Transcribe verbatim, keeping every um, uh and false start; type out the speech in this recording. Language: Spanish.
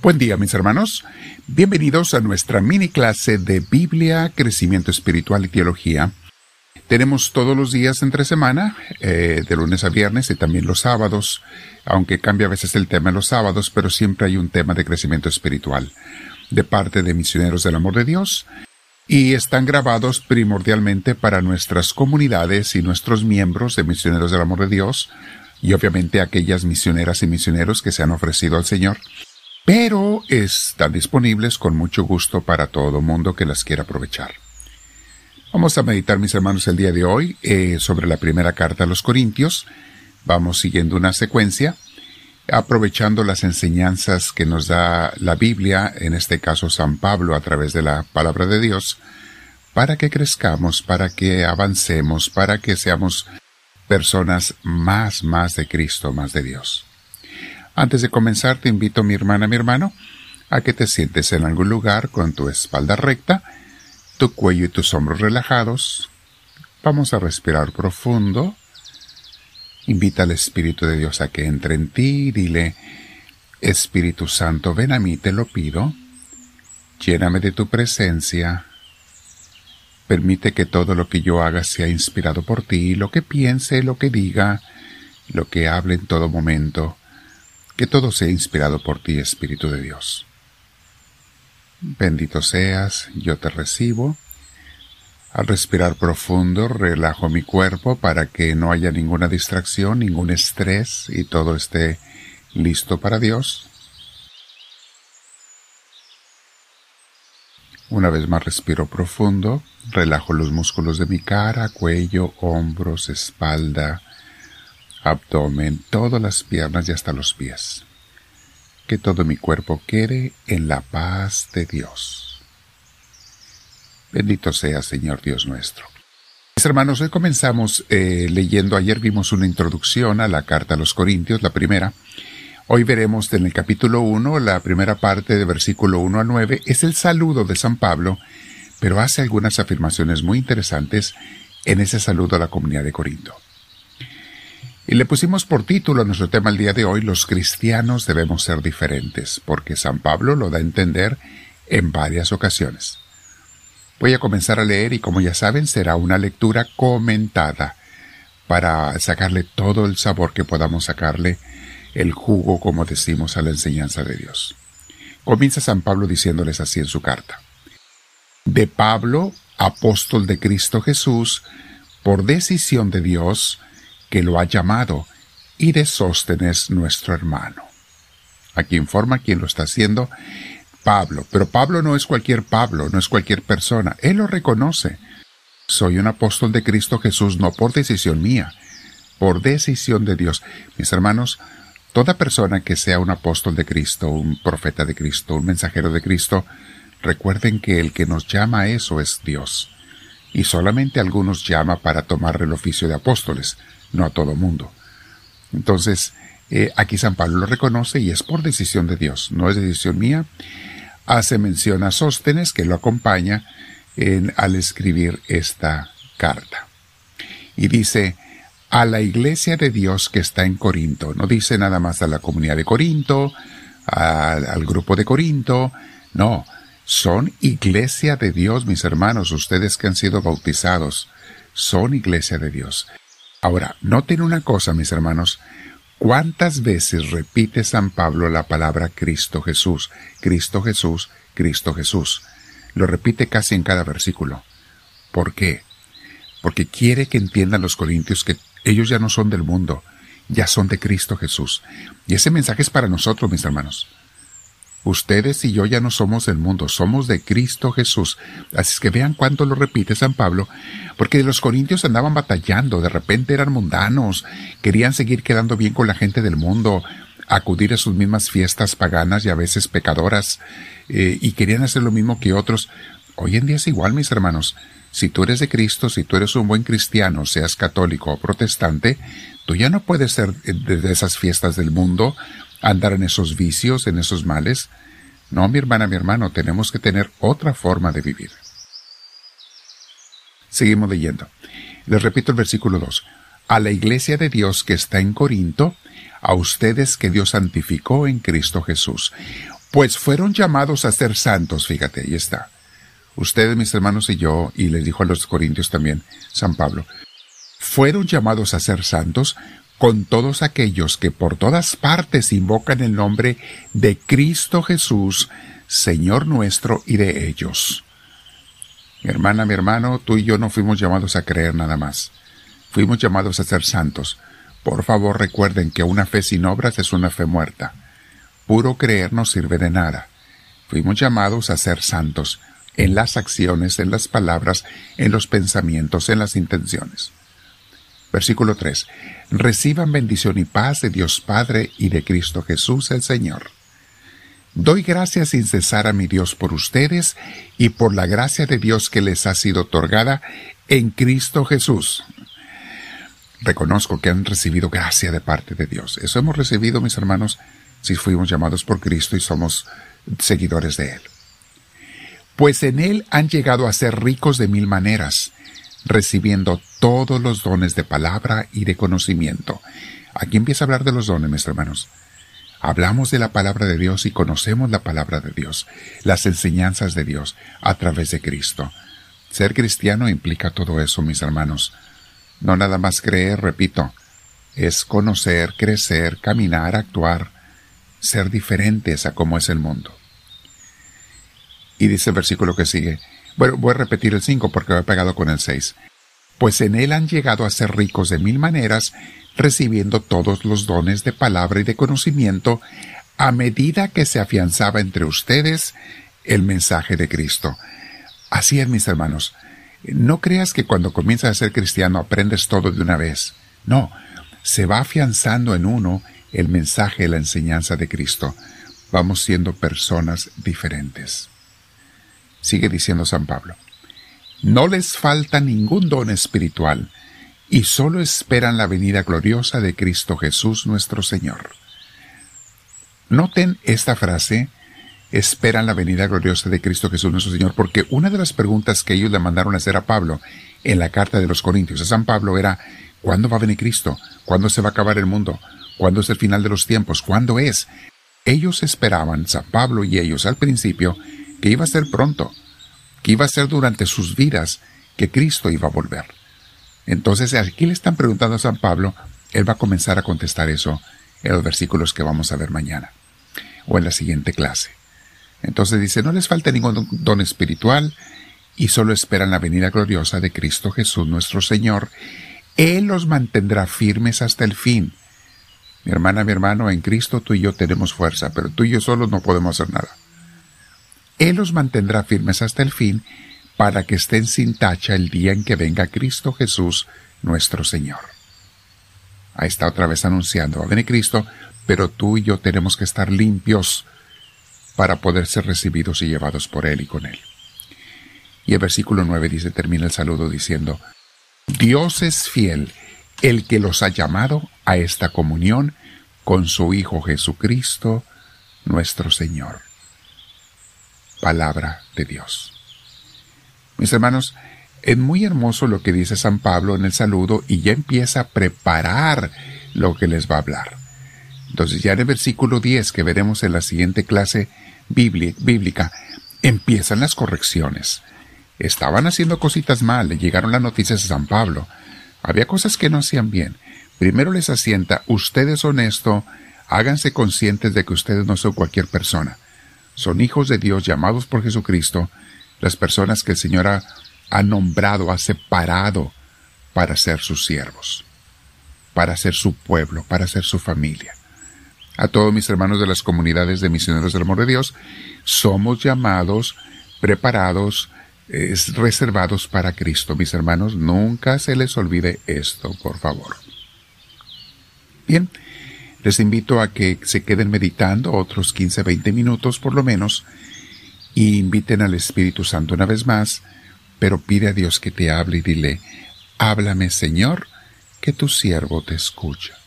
Buen día, mis hermanos. Bienvenidos a nuestra mini clase de Biblia, Crecimiento Espiritual y Teología. Tenemos todos los días entre semana, eh, de lunes a viernes y también los sábados, aunque cambia a veces el tema en los sábados, pero siempre hay un tema de crecimiento espiritual, de parte de Misioneros del Amor de Dios, y están grabados primordialmente para nuestras comunidades y nuestros miembros de Misioneros del Amor de Dios, y obviamente aquellas misioneras y misioneros que se han ofrecido al Señor, pero están disponibles con mucho gusto para todo mundo que las quiera aprovechar. Vamos a meditar, mis hermanos, el día de hoy eh, sobre la primera carta a los Corintios. Vamos siguiendo una secuencia, aprovechando las enseñanzas que nos da la Biblia, en este caso San Pablo, a través de la palabra de Dios, para que crezcamos, para que avancemos, para que seamos personas más, más de Cristo, más de Dios. Antes de comenzar, te invito, mi hermana, mi hermano, a que te sientes en algún lugar con tu espalda recta, tu cuello y tus hombros relajados. Vamos a respirar profundo. Invita al Espíritu de Dios a que entre en ti y dile: Espíritu Santo, ven a mí, te lo pido. Lléname de tu presencia. Permite que todo lo que yo haga sea inspirado por ti, lo que piense, lo que diga, lo que hable en todo momento. Que todo sea inspirado por ti, Espíritu de Dios. Bendito seas, yo te recibo. Al respirar profundo, relajo mi cuerpo para que no haya ninguna distracción, ningún estrés y todo esté listo para Dios. Una vez más respiro profundo, relajo los músculos de mi cara, cuello, hombros, espalda, abdomen, todas las piernas y hasta los pies. Que todo mi cuerpo quede en la paz de Dios. Bendito sea, Señor Dios nuestro. Mis hermanos, hoy comenzamos eh, leyendo, ayer vimos una introducción a la carta a los Corintios, la primera. Hoy veremos en el capítulo uno, la primera parte de versículo uno a nueve, es el saludo de San Pablo, pero hace algunas afirmaciones muy interesantes en ese saludo a la comunidad de Corinto. Y le pusimos por título a nuestro tema el día de hoy: los cristianos debemos ser diferentes, porque San Pablo lo da a entender en varias ocasiones. Voy a comenzar a leer y, como ya saben, será una lectura comentada para sacarle todo el sabor que podamos sacarle, el jugo, como decimos, a la enseñanza de Dios. Comienza San Pablo diciéndoles así en su carta: de Pablo, apóstol de Cristo Jesús, por decisión de Dios, que lo ha llamado, y de Sóstenes, nuestro hermano. Aquí informa quién lo está haciendo: Pablo. Pero Pablo no es cualquier Pablo, no es cualquier persona. Él lo reconoce. Soy un apóstol de Cristo Jesús, no por decisión mía, por decisión de Dios. Mis hermanos, toda persona que sea un apóstol de Cristo, un profeta de Cristo, un mensajero de Cristo, recuerden que el que nos llama a eso es Dios. Y solamente a algunos llama para tomar el oficio de apóstoles, no a todo mundo. Entonces, eh, aquí San Pablo lo reconoce y es por decisión de Dios, no es decisión mía. Hace mención a Sóstenes, que lo acompaña en, al escribir esta carta. Y dice: a la iglesia de Dios que está en Corinto. No dice nada más a la comunidad de Corinto, a, al grupo de Corinto, no. Son iglesia de Dios, mis hermanos, ustedes que han sido bautizados, son iglesia de Dios. Ahora, noten una cosa, mis hermanos: ¿cuántas veces repite San Pablo la palabra Cristo Jesús? Cristo Jesús, Cristo Jesús. Lo repite casi en cada versículo. ¿Por qué? Porque quiere que entiendan los corintios que ellos ya no son del mundo, ya son de Cristo Jesús. Y ese mensaje es para nosotros, mis hermanos. Ustedes y yo ya no somos del mundo, somos de Cristo Jesús. Así es que vean cuánto lo repite San Pablo, porque los corintios andaban batallando, de repente eran mundanos, querían seguir quedando bien con la gente del mundo, acudir a sus mismas fiestas paganas y a veces pecadoras, eh, y querían hacer lo mismo que otros. Hoy en día es igual, mis hermanos. Si tú eres de Cristo, si tú eres un buen cristiano, seas católico o protestante, tú ya no puedes ser de esas fiestas del mundo, andar en esos vicios, en esos males. No, mi hermana, mi hermano, tenemos que tener otra forma de vivir. Seguimos leyendo. Les repito el versículo dos. A la iglesia de Dios que está en Corinto, a ustedes que Dios santificó en Cristo Jesús. Pues fueron llamados a ser santos, fíjate, ahí está. Ustedes, mis hermanos, y yo, y les dijo a los corintios también, San Pablo, fueron llamados a ser santos con todos aquellos que por todas partes invocan el nombre de Cristo Jesús, Señor nuestro, y de ellos. Mi hermana, mi hermano, tú y yo no fuimos llamados a creer nada más. Fuimos llamados a ser santos. Por favor, recuerden que una fe sin obras es una fe muerta. Puro creer no sirve de nada. Fuimos llamados a ser santos en las acciones, en las palabras, en los pensamientos, en las intenciones. Versículo tres. Reciban bendición y paz de Dios Padre y de Cristo Jesús el Señor. Doy gracias sin cesar a mi Dios por ustedes y por la gracia de Dios que les ha sido otorgada en Cristo Jesús. Reconozco que han recibido gracia de parte de Dios. Eso hemos recibido, mis hermanos, si fuimos llamados por Cristo y somos seguidores de Él. Pues en Él han llegado a ser ricos de mil maneras, recibiendo todos los dones de palabra y de conocimiento. Aquí empieza a hablar de los dones, mis hermanos. Hablamos de la palabra de Dios y conocemos la palabra de Dios, las enseñanzas de Dios a través de Cristo. Ser cristiano implica todo eso, mis hermanos. No nada más creer, repito, es conocer, crecer, caminar, actuar, ser diferentes a cómo es el mundo. Y dice el versículo que sigue. Bueno, voy a repetir el cinco porque va pegado con el seis. Pues en Él han llegado a ser ricos de mil maneras, recibiendo todos los dones de palabra y de conocimiento, a medida que se afianzaba entre ustedes el mensaje de Cristo. Así es, mis hermanos. No creas que cuando comienzas a ser cristiano aprendes todo de una vez. No, se va afianzando en uno el mensaje, la enseñanza de Cristo. Vamos siendo personas diferentes. Sigue diciendo San Pablo. No les falta ningún don espiritual, y solo esperan la venida gloriosa de Cristo Jesús nuestro Señor. Noten esta frase, esperan la venida gloriosa de Cristo Jesús nuestro Señor, porque una de las preguntas que ellos le mandaron a hacer a Pablo en la carta de los Corintios a San Pablo era, ¿cuándo va a venir Cristo? ¿Cuándo se va a acabar el mundo? ¿Cuándo es el final de los tiempos? ¿Cuándo es? Ellos esperaban, San Pablo y ellos al principio, que iba a ser pronto, que iba a ser durante sus vidas, que Cristo iba a volver. Entonces, aquí le están preguntando a San Pablo, él va a comenzar a contestar eso en los versículos que vamos a ver mañana, o en la siguiente clase. Entonces dice, no les falta ningún don espiritual, y solo esperan la venida gloriosa de Cristo Jesús nuestro Señor. Él los mantendrá firmes hasta el fin. Mi hermana, mi hermano, en Cristo tú y yo tenemos fuerza, pero tú y yo solos no podemos hacer nada. Él los mantendrá firmes hasta el fin, para que estén sin tacha el día en que venga Cristo Jesús, nuestro Señor. Ahí está otra vez anunciando, va a venir Cristo, pero tú y yo tenemos que estar limpios para poder ser recibidos y llevados por Él y con Él. Y el versículo nueve dice, termina el saludo diciendo, Dios es fiel, el que los ha llamado a esta comunión con su Hijo Jesucristo, nuestro Señor. Palabra de Dios. Mis hermanos, es muy hermoso lo que dice San Pablo en el saludo y ya empieza a preparar lo que les va a hablar. Entonces ya en el versículo diez que veremos en la siguiente clase bíblica, empiezan las correcciones. Estaban haciendo cositas mal, le llegaron las noticias a San Pablo. Había cosas que no hacían bien. Primero les asienta, ustedes son esto, háganse conscientes de que ustedes no son cualquier persona. Son hijos de Dios llamados por Jesucristo, las personas que el Señor ha, ha nombrado, ha separado para ser sus siervos, para ser su pueblo, para ser su familia. A todos mis hermanos de las comunidades de misioneros del amor de Dios, somos llamados, preparados, eh, reservados para Cristo. Mis hermanos, nunca se les olvide esto, por favor. Bien, les invito a que se queden meditando otros quince, veinte minutos por lo menos, y inviten al Espíritu Santo una vez más, pero pide a Dios que te hable y dile, háblame, Señor, que tu siervo te escucha.